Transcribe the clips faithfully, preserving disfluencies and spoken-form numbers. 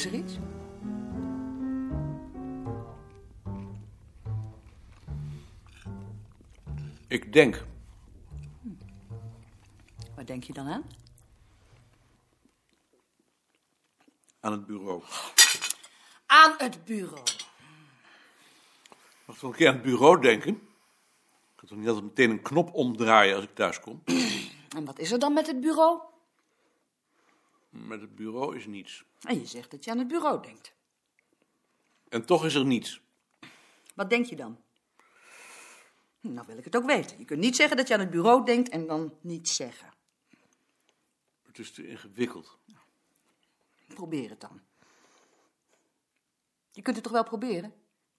Is er iets? Ik denk. Waar denk je dan aan? Aan het bureau. Aan het bureau. Mag ik wel een keer aan het bureau denken? Ik ga toch niet altijd meteen een knop omdraaien als ik thuis kom? En wat is er dan met het bureau? Met het bureau is niets. En je zegt dat je aan het bureau denkt. En toch is er niets. Wat denk je dan? Nou wil ik het ook weten. Je kunt niet zeggen dat je aan het bureau denkt en dan niets zeggen. Het is te ingewikkeld. Probeer het dan. Je kunt het toch wel proberen?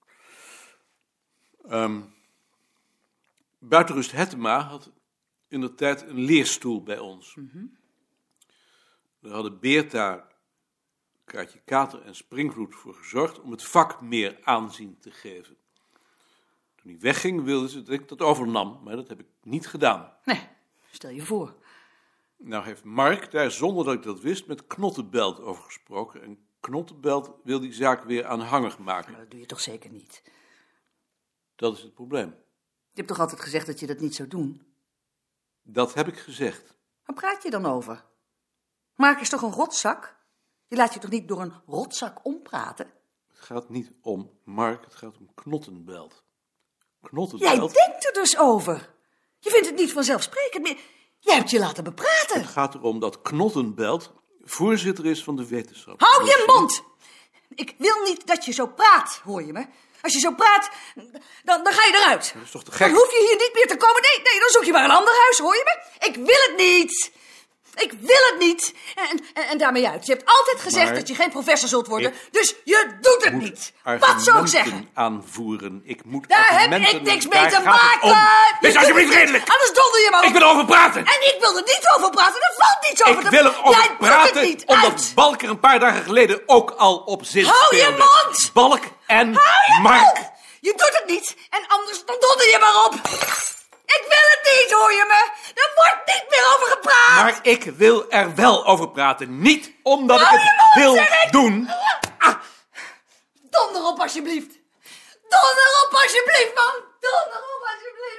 Um, Buitenrust Hettema had in de tijd een leerstoel bij ons. Mm-hmm. Daar hadden Beerta, Kaatje Kater en Springvloed voor gezorgd om het vak meer aanzien te geven. Toen hij wegging wilden ze dat ik dat overnam, maar dat heb ik niet gedaan. Nee, stel je voor. Nou heeft Mark daar, zonder dat ik dat wist, met Knottenbelt over gesproken. En Knottenbelt wil die zaak weer aanhangig maken. Maar dat doe je toch zeker niet? Dat is het probleem. Je hebt toch altijd gezegd dat je dat niet zou doen? Dat heb ik gezegd. Waar praat je dan over? Mark is toch een rotzak? Je laat je toch niet door een rotzak ompraten? Het gaat niet om Mark, het gaat om Knottenbelt. Jij Knottenbelt... denkt er dus over. Je vindt het niet vanzelfsprekend meer. Jij hebt je laten bepraten. Het gaat erom dat Knottenbelt voorzitter is van de wetenschap. Hou je mond! Ik wil niet dat je zo praat, hoor je me? Als je zo praat, dan, dan ga je eruit. Dat is toch te Dan gek? hoef je hier niet meer te komen. Nee, nee, dan zoek je maar een ander huis, hoor je me? Ik wil het niet. Ik wil het niet. En, en, en daarmee uit. Je hebt altijd gezegd Maar dat je geen professor zult worden. ik Dus je doet het moet niet. Wat zou ik zeggen? argumenten aanvoeren. Ik moet Daar heb argumenten... ik niks mee daar te gaat het maken. om. Je Wees doet alsjeblieft het niet. redelijk. Anders donder je maar op. Ik wil erover praten. En ik wil er niet over praten. Er valt niets over Ik te wil Jij erover doet praten, het niet omdat uit. Balk er een paar dagen geleden ook al op zin Hou je speelde. mond! Balk en Hou je Mark. mond! Je doet het niet. En anders dan donder je maar op. Ik wil het niet, hoor je me? Er wordt niet meer over gepraat. Maar ik wil er wel over praten. Niet omdat Hou ik je het mond, wil zeg ik. doen. Ah, Donder op, alsjeblieft. Donder op, alsjeblieft, man. Donder op, alsjeblieft.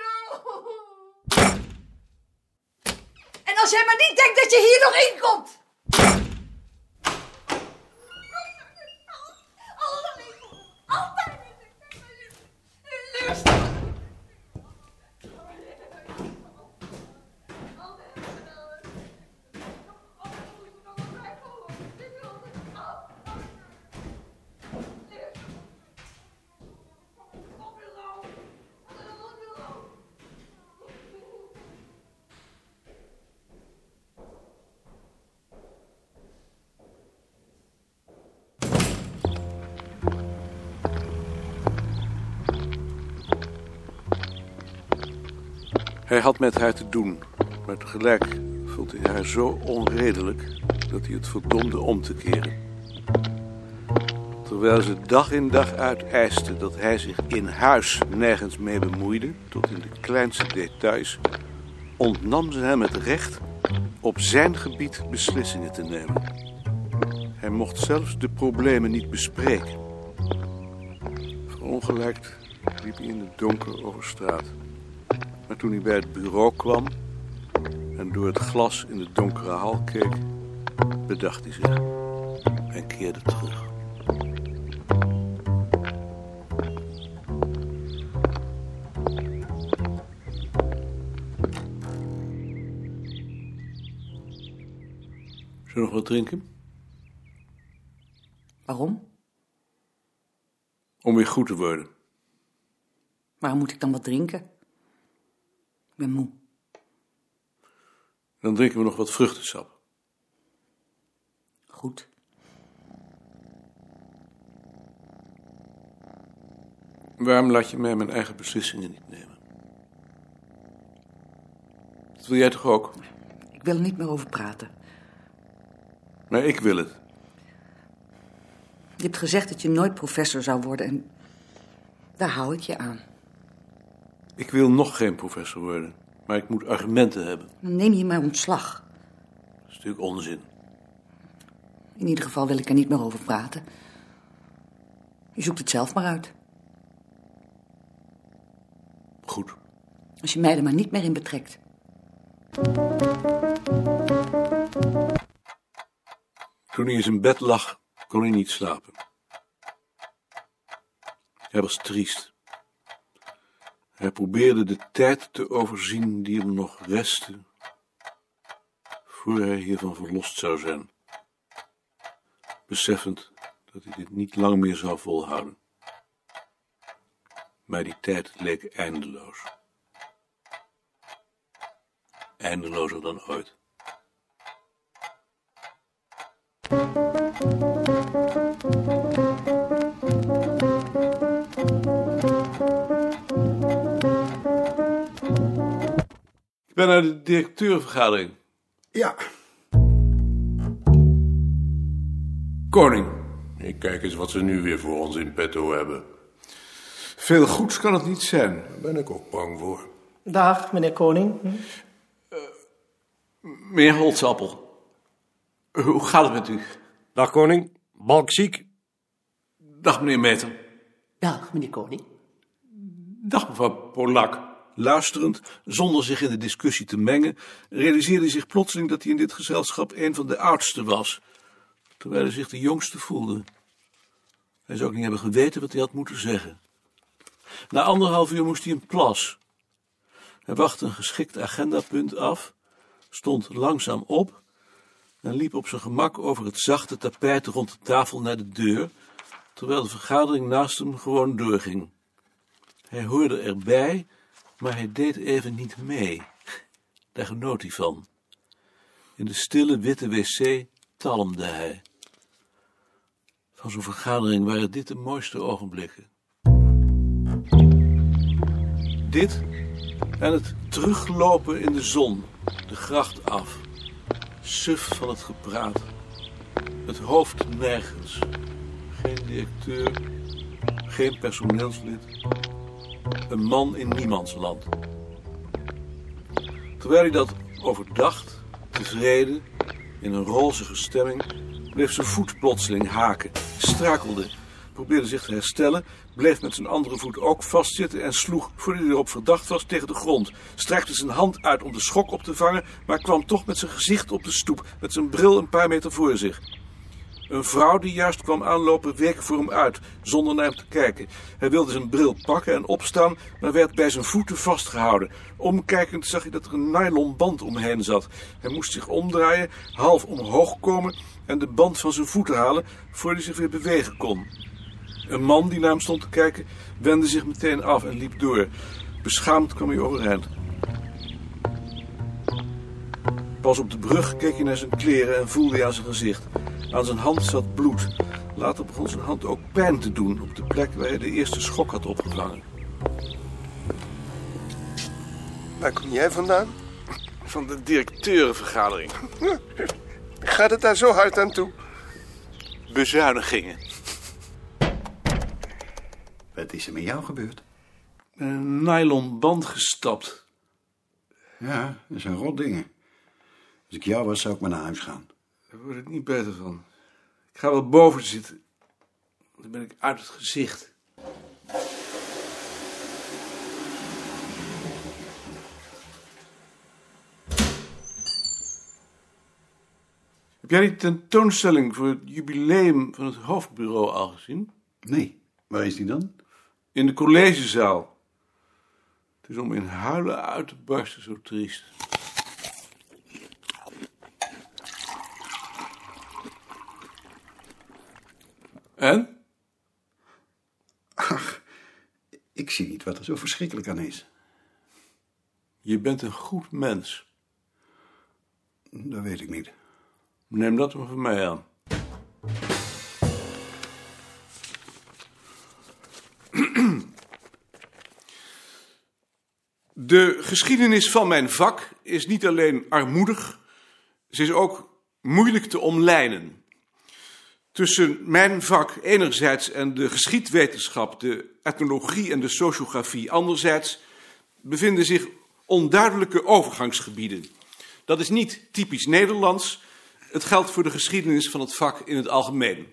En als jij maar niet denkt dat je hier nog in komt. Altijd. Luister. Hij had met haar te doen, maar tegelijk vond hij haar zo onredelijk dat hij het verdomde om te keren. Terwijl ze dag in dag uit eiste dat hij zich in huis nergens mee bemoeide, tot in de kleinste details, ontnam ze hem het recht op zijn gebied beslissingen te nemen. Hij mocht zelfs de problemen niet bespreken. Verongelijkt liep hij in het donker over straat. Maar toen hij bij het bureau kwam en door het glas in de donkere hal keek, bedacht hij zich en keerde terug. Zullen we nog wat drinken? Waarom? Om weer goed te worden. Waarom moet ik dan wat drinken? Ik ben moe. Dan drinken we nog wat vruchtensap. Goed. Waarom laat je mij mijn eigen beslissingen niet nemen? Dat wil jij toch ook? Ik wil er niet meer over praten. Maar ik wil het. Je hebt gezegd dat je nooit professor zou worden en daar hou ik je aan. Ik wil nog geen professor worden, maar ik moet argumenten hebben. Dan neem je mijn ontslag. Dat is natuurlijk onzin. In ieder geval wil ik er niet meer over praten. Je zoekt het zelf maar uit. Goed. Als je mij er maar niet meer in betrekt. Toen hij in zijn bed lag, kon hij niet slapen. Hij was triest. Hij probeerde de tijd te overzien die hem nog restte, voor hij hiervan verlost zou zijn, beseffend dat hij dit niet lang meer zou volhouden. Maar die tijd leek eindeloos. Eindelozer dan ooit. Ik ben naar de directeurvergadering. Ja. Koning. Ik kijk eens wat ze nu weer voor ons in petto hebben. Veel goeds kan het niet zijn. Daar ben ik ook bang voor. Dag, meneer Koning. Hm? Uh, meneer Holtzappel, hoe gaat het met u? Dag, koning. Balk ziek. Dag, meneer Meter. Dag, meneer Koning. Dag, mevrouw Polak. Luisterend, zonder zich in de discussie te mengen, realiseerde hij zich plotseling dat hij in dit gezelschap een van de oudsten was, terwijl hij zich de jongste voelde. Hij zou ook niet hebben geweten wat hij had moeten zeggen. Na anderhalf uur moest hij een plas. Hij wachtte een geschikt agendapunt af, stond langzaam op en liep op zijn gemak over het zachte tapijt rond de tafel naar de deur, terwijl de vergadering naast hem gewoon doorging. Hij hoorde erbij, maar hij deed even niet mee. Daar genoot hij van. In de stille witte wc talmde hij. Van zo'n vergadering waren dit de mooiste ogenblikken. Dit en het teruglopen in de zon, de gracht af. Suf van het gepraat. Het hoofd nergens. Geen directeur, geen personeelslid. Een man in niemandsland. Terwijl hij dat overdacht, tevreden, in een rozige stemming, bleef zijn voet plotseling haken, strakelde, probeerde zich te herstellen, bleef met zijn andere voet ook vastzitten en sloeg, voordat hij erop verdacht was, tegen de grond. Strekte zijn hand uit om de schok op te vangen, maar kwam toch met zijn gezicht op de stoep, met zijn bril een paar meter voor zich. Een vrouw die juist kwam aanlopen week voor hem uit, zonder naar hem te kijken. Hij wilde zijn bril pakken en opstaan, maar werd bij zijn voeten vastgehouden. Omkijkend zag hij dat er een nylon band omheen zat. Hij moest zich omdraaien, half omhoog komen en de band van zijn voeten halen, voordat hij zich weer bewegen kon. Een man die naar hem stond te kijken, wendde zich meteen af en liep door. Beschaamd kwam hij overeind. Pas op de brug keek hij naar zijn kleren en voelde hij aan zijn gezicht. Aan zijn hand zat bloed. Later begon zijn hand ook pijn te doen op de plek waar hij de eerste schok had opgevangen. Waar kom jij vandaan? Van de directeurenvergadering. Gaat het daar zo hard aan toe? Bezuinigingen. Wat is er met jou gebeurd? Een nylon band gestapt. Ja, dat zijn rot dingen. Als ik jou was, zou ik maar naar huis gaan. Daar word ik niet beter van. Ik ga wel boven zitten. Dan ben ik uit het gezicht. Heb jij die tentoonstelling voor het jubileum van het hoofdbureau al gezien? Nee, waar is die dan? In de collegezaal. Het is om in huilen uit te barsten, zo triest. En? Ach, ik zie niet wat er zo verschrikkelijk aan is. Je bent een goed mens. Dat weet ik niet. Neem dat maar van mij aan. De geschiedenis van mijn vak is niet alleen armoedig, ze is ook moeilijk te omlijnen. Tussen mijn vak enerzijds en de geschiedwetenschap, de etnologie en de sociografie anderzijds bevinden zich onduidelijke overgangsgebieden. Dat is niet typisch Nederlands, Het geldt voor de geschiedenis van het vak in het algemeen.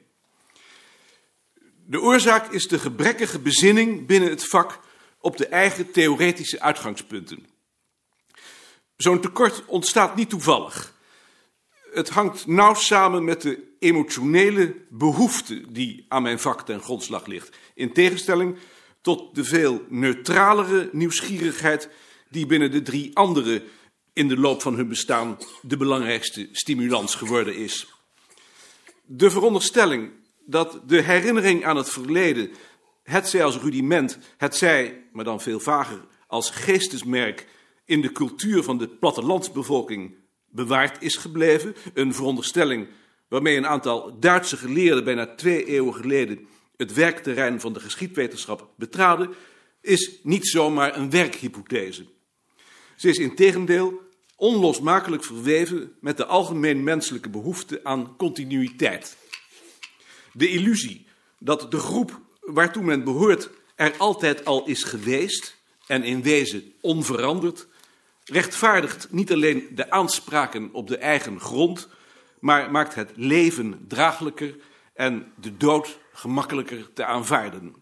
De oorzaak is de gebrekkige bezinning binnen het vak op de eigen theoretische uitgangspunten. Zo'n tekort ontstaat niet toevallig. Het hangt nauw samen met de emotionele behoefte die aan mijn vak ten grondslag ligt. In tegenstelling tot de veel neutralere nieuwsgierigheid die binnen de drie anderen in de loop van hun bestaan de belangrijkste stimulans geworden is. De veronderstelling dat de herinnering aan het verleden, hetzij als rudiment, hetzij, maar dan veel vager, als geestesmerk in de cultuur van de plattelandsbevolking bewaard is gebleven, een veronderstelling waarmee een aantal Duitse geleerden bijna twee eeuwen geleden het werkterrein van de geschiedwetenschap betraden, is niet zomaar een werkhypothese. Ze is integendeel onlosmakelijk verweven met de algemeen menselijke behoefte aan continuïteit. De illusie dat de groep waartoe men behoort er altijd al is geweest en in wezen onveranderd, rechtvaardigt niet alleen de aanspraken op de eigen grond, maar maakt het leven draaglijker en de dood gemakkelijker te aanvaarden.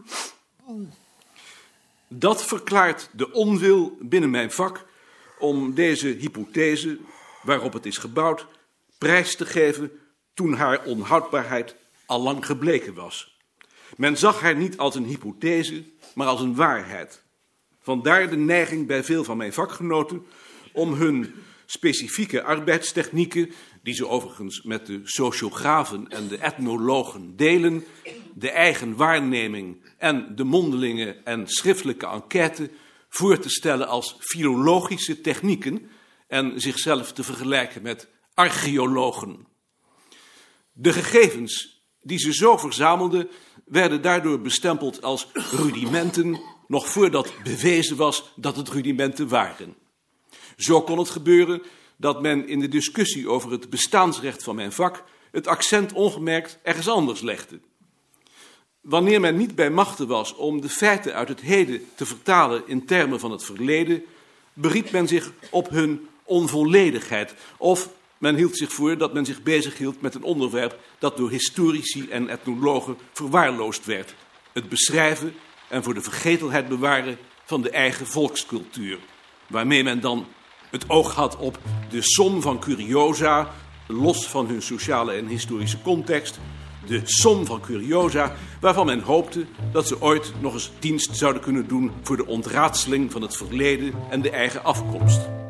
Dat verklaart de onwil binnen mijn vak om deze hypothese, waarop het is gebouwd, prijs te geven toen haar onhoudbaarheid allang gebleken was. Men zag haar niet als een hypothese, maar als een waarheid. Vandaar de neiging bij veel van mijn vakgenoten om hun specifieke arbeidstechnieken, die ze overigens met de sociografen en de etnologen delen, de eigen waarneming en de mondelinge en schriftelijke enquête voor te stellen als filologische technieken en zichzelf te vergelijken met archeologen. De gegevens die ze zo verzamelden werden daardoor bestempeld als rudimenten, nog voordat bewezen was dat het rudimenten waren. Zo kon het gebeuren dat men in de discussie over het bestaansrecht van mijn vak het accent ongemerkt ergens anders legde. Wanneer men niet bij machte was om de feiten uit het heden te vertalen in termen van het verleden, beriep men zich op hun onvolledigheid, of men hield zich voor dat men zich bezighield met een onderwerp dat door historici en etnologen verwaarloosd werd: het beschrijven en voor de vergetelheid bewaren van de eigen volkscultuur, waarmee men dan het oog had op de som van curiosa, los van hun sociale en historische context, de som van curiosa waarvan men hoopte dat ze ooit nog eens dienst zouden kunnen doen voor de ontraadseling van het verleden en de eigen afkomst.